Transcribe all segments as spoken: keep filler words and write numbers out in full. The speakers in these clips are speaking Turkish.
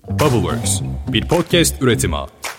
Bubbleworks, bir podcast üretimi.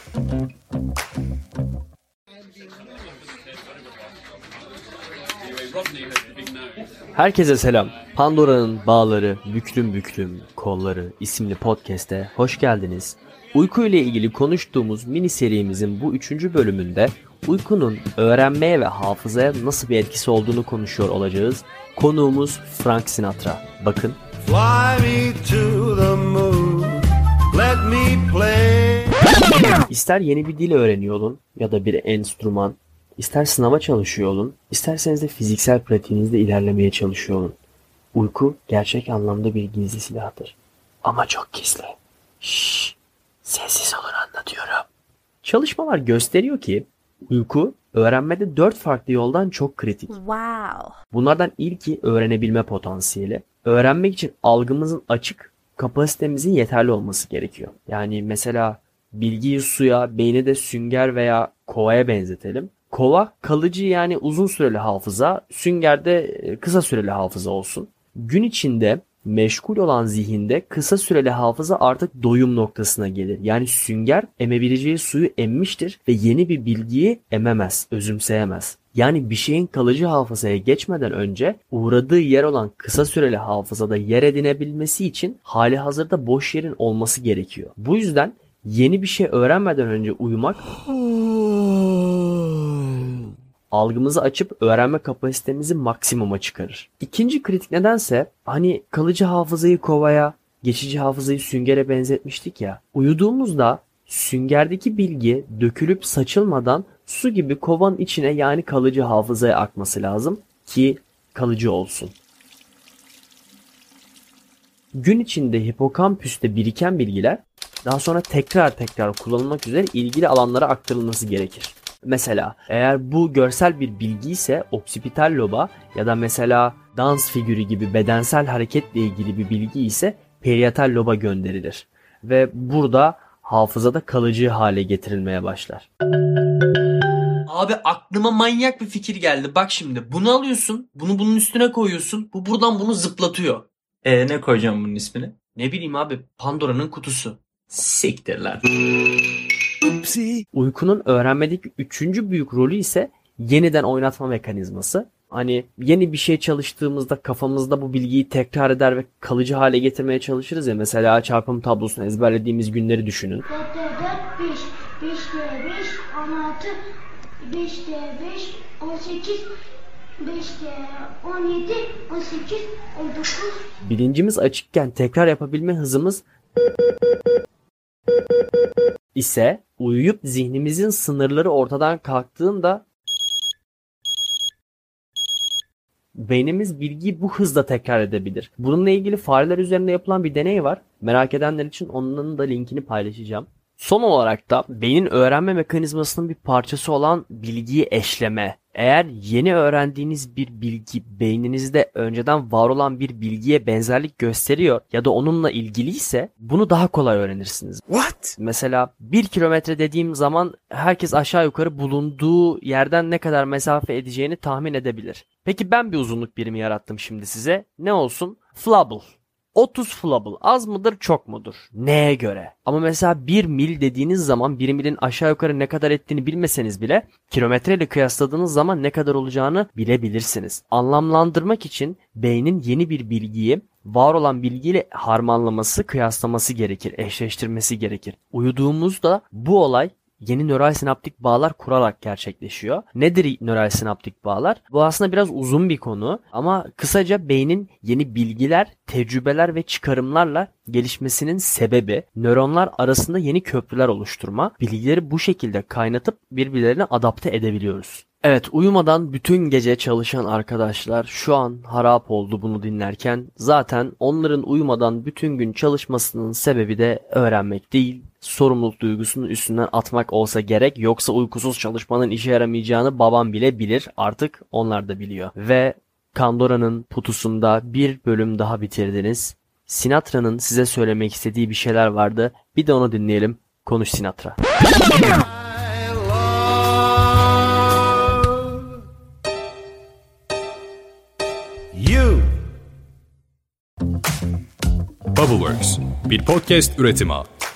Herkese selam. Pandora'nın Bağları, Büklüm Büklüm Kolları isimli podcast'e hoş geldiniz. Uyku ile ilgili konuştuğumuz mini serimizin bu üçüncü bölümünde uykunun öğrenmeye ve hafızaya nasıl bir etkisi olduğunu konuşuyor olacağız. Konuğumuz Frank Sinatra. Bakın. Fly me to the moon, let me play. İster yeni bir dil öğreniyor olun ya da bir enstrüman, ister sınava çalışıyor olun, isterseniz de fiziksel pratiğinizde ilerlemeye çalışıyor olun. Uyku gerçek anlamda bir gizli silahtır. Ama çok gizli. Şşş, sessiz olun anlatıyorum. Çalışmalar gösteriyor ki uyku öğrenmede dört farklı yoldan çok kritik. Wow. Bunlardan ilki öğrenebilme potansiyeli. Öğrenmek için algımızın açık, kapasitemizin yeterli olması gerekiyor. Yani mesela bilgiyi suya, beyni de sünger veya kovaya benzetelim. Kova kalıcı yani uzun süreli hafıza, süngerde kısa süreli hafıza olsun. Gün içinde meşgul olan zihinde kısa süreli hafıza artık doyum noktasına gelir. Yani sünger emebileceği suyu emmiştir ve yeni bir bilgiyi ememez, özümseyemez. Yani bir şeyin kalıcı hafızaya geçmeden önce uğradığı yer olan kısa süreli hafızada yer edinebilmesi için hali hazırda boş yerin olması gerekiyor. Bu yüzden yeni bir şey öğrenmeden önce uyumak algımızı açıp öğrenme kapasitemizi maksimuma çıkarır. İkinci kritik nedense hani kalıcı hafızayı kovaya, geçici hafızayı süngere benzetmiştik ya. Uyuduğumuzda süngerdeki bilgi dökülüp saçılmadan su gibi kovanın içine yani kalıcı hafızaya akması lazım ki kalıcı olsun. Gün içinde hipokampüste biriken bilgiler daha sonra tekrar tekrar kullanılmak üzere ilgili alanlara aktarılması gerekir. Mesela eğer bu görsel bir bilgi ise oksipital loba ya da mesela dans figürü gibi bedensel hareketle ilgili bir bilgi ise parietal loba gönderilir. Ve burada hafızada kalıcı hale getirilmeye başlar. Abi aklıma manyak bir fikir geldi. Bak şimdi bunu alıyorsun, bunu bunun üstüne koyuyorsun. Bu buradan bunu zıplatıyor. E ne koyacağım bunun ismini? Ne bileyim abi, Pandora'nın kutusu. Siktir lan. Uykunun öğrenmedeki üçüncü büyük rolü ise yeniden oynatma mekanizması. Hani yeni bir şey çalıştığımızda kafamızda bu bilgiyi tekrar eder ve kalıcı hale getirmeye çalışırız ya. Mesela çarpım tablosunu ezberlediğimiz günleri düşünün. dört, beş, beşte beş, on altı, beşte beş, on sekiz, beşte on yedi, on sekiz, on dokuz. Bilincimiz açıkken tekrar yapabilme hızımız ise uyuyup zihnimizin sınırları ortadan kalktığında beynimiz bilgiyi bu hızla tekrar edebilir. Bununla ilgili fareler üzerinde yapılan bir deney var. Merak edenler için onun da linkini paylaşacağım. Son olarak da beynin öğrenme mekanizmasının bir parçası olan bilgiyi eşleme. Eğer yeni öğrendiğiniz bir bilgi beyninizde önceden var olan bir bilgiye benzerlik gösteriyor ya da onunla ilgiliyse bunu daha kolay öğrenirsiniz. What? Mesela bir kilometre dediğim zaman herkes aşağı yukarı bulunduğu yerden ne kadar mesafe edeceğini tahmin edebilir. Peki ben bir uzunluk birimi yarattım şimdi size. Ne olsun? Flubble. otuz flubble az mıdır çok mudur? Neye göre? Ama mesela bir mil dediğiniz zaman bir milin aşağı yukarı ne kadar ettiğini bilmeseniz bile kilometreyle kıyasladığınız zaman ne kadar olacağını bilebilirsiniz. Anlamlandırmak için beynin yeni bir bilgiyi var olan bilgiyle harmanlaması, kıyaslaması gerekir, eşleştirmesi gerekir. Uyuduğumuzda bu olay yeni nöral sinaptik bağlar kurarak gerçekleşiyor. Nedir nöral sinaptik bağlar? Bu aslında biraz uzun bir konu ama kısaca beynin yeni bilgiler, tecrübeler ve çıkarımlarla gelişmesinin sebebi nöronlar arasında yeni köprüler oluşturma. Bilgileri bu şekilde kaynatıp birbirlerine adapte edebiliyoruz. Evet, uyumadan bütün gece çalışan arkadaşlar şu an harap oldu bunu dinlerken. Zaten onların uyumadan bütün gün çalışmasının sebebi de öğrenmek değil, sorumluluk duygusunun üstünden atmak olsa gerek. Yoksa uykusuz çalışmanın işe yaramayacağını babam bile bilir. Artık onlar da biliyor. Ve Pandora'nın putusunda bir bölüm daha bitirdiniz. Sinatra'nın size söylemek istediği bir şeyler vardı. Bir de onu dinleyelim. Konuş Sinatra. You. Bubbleworks, bir podcast üretimi.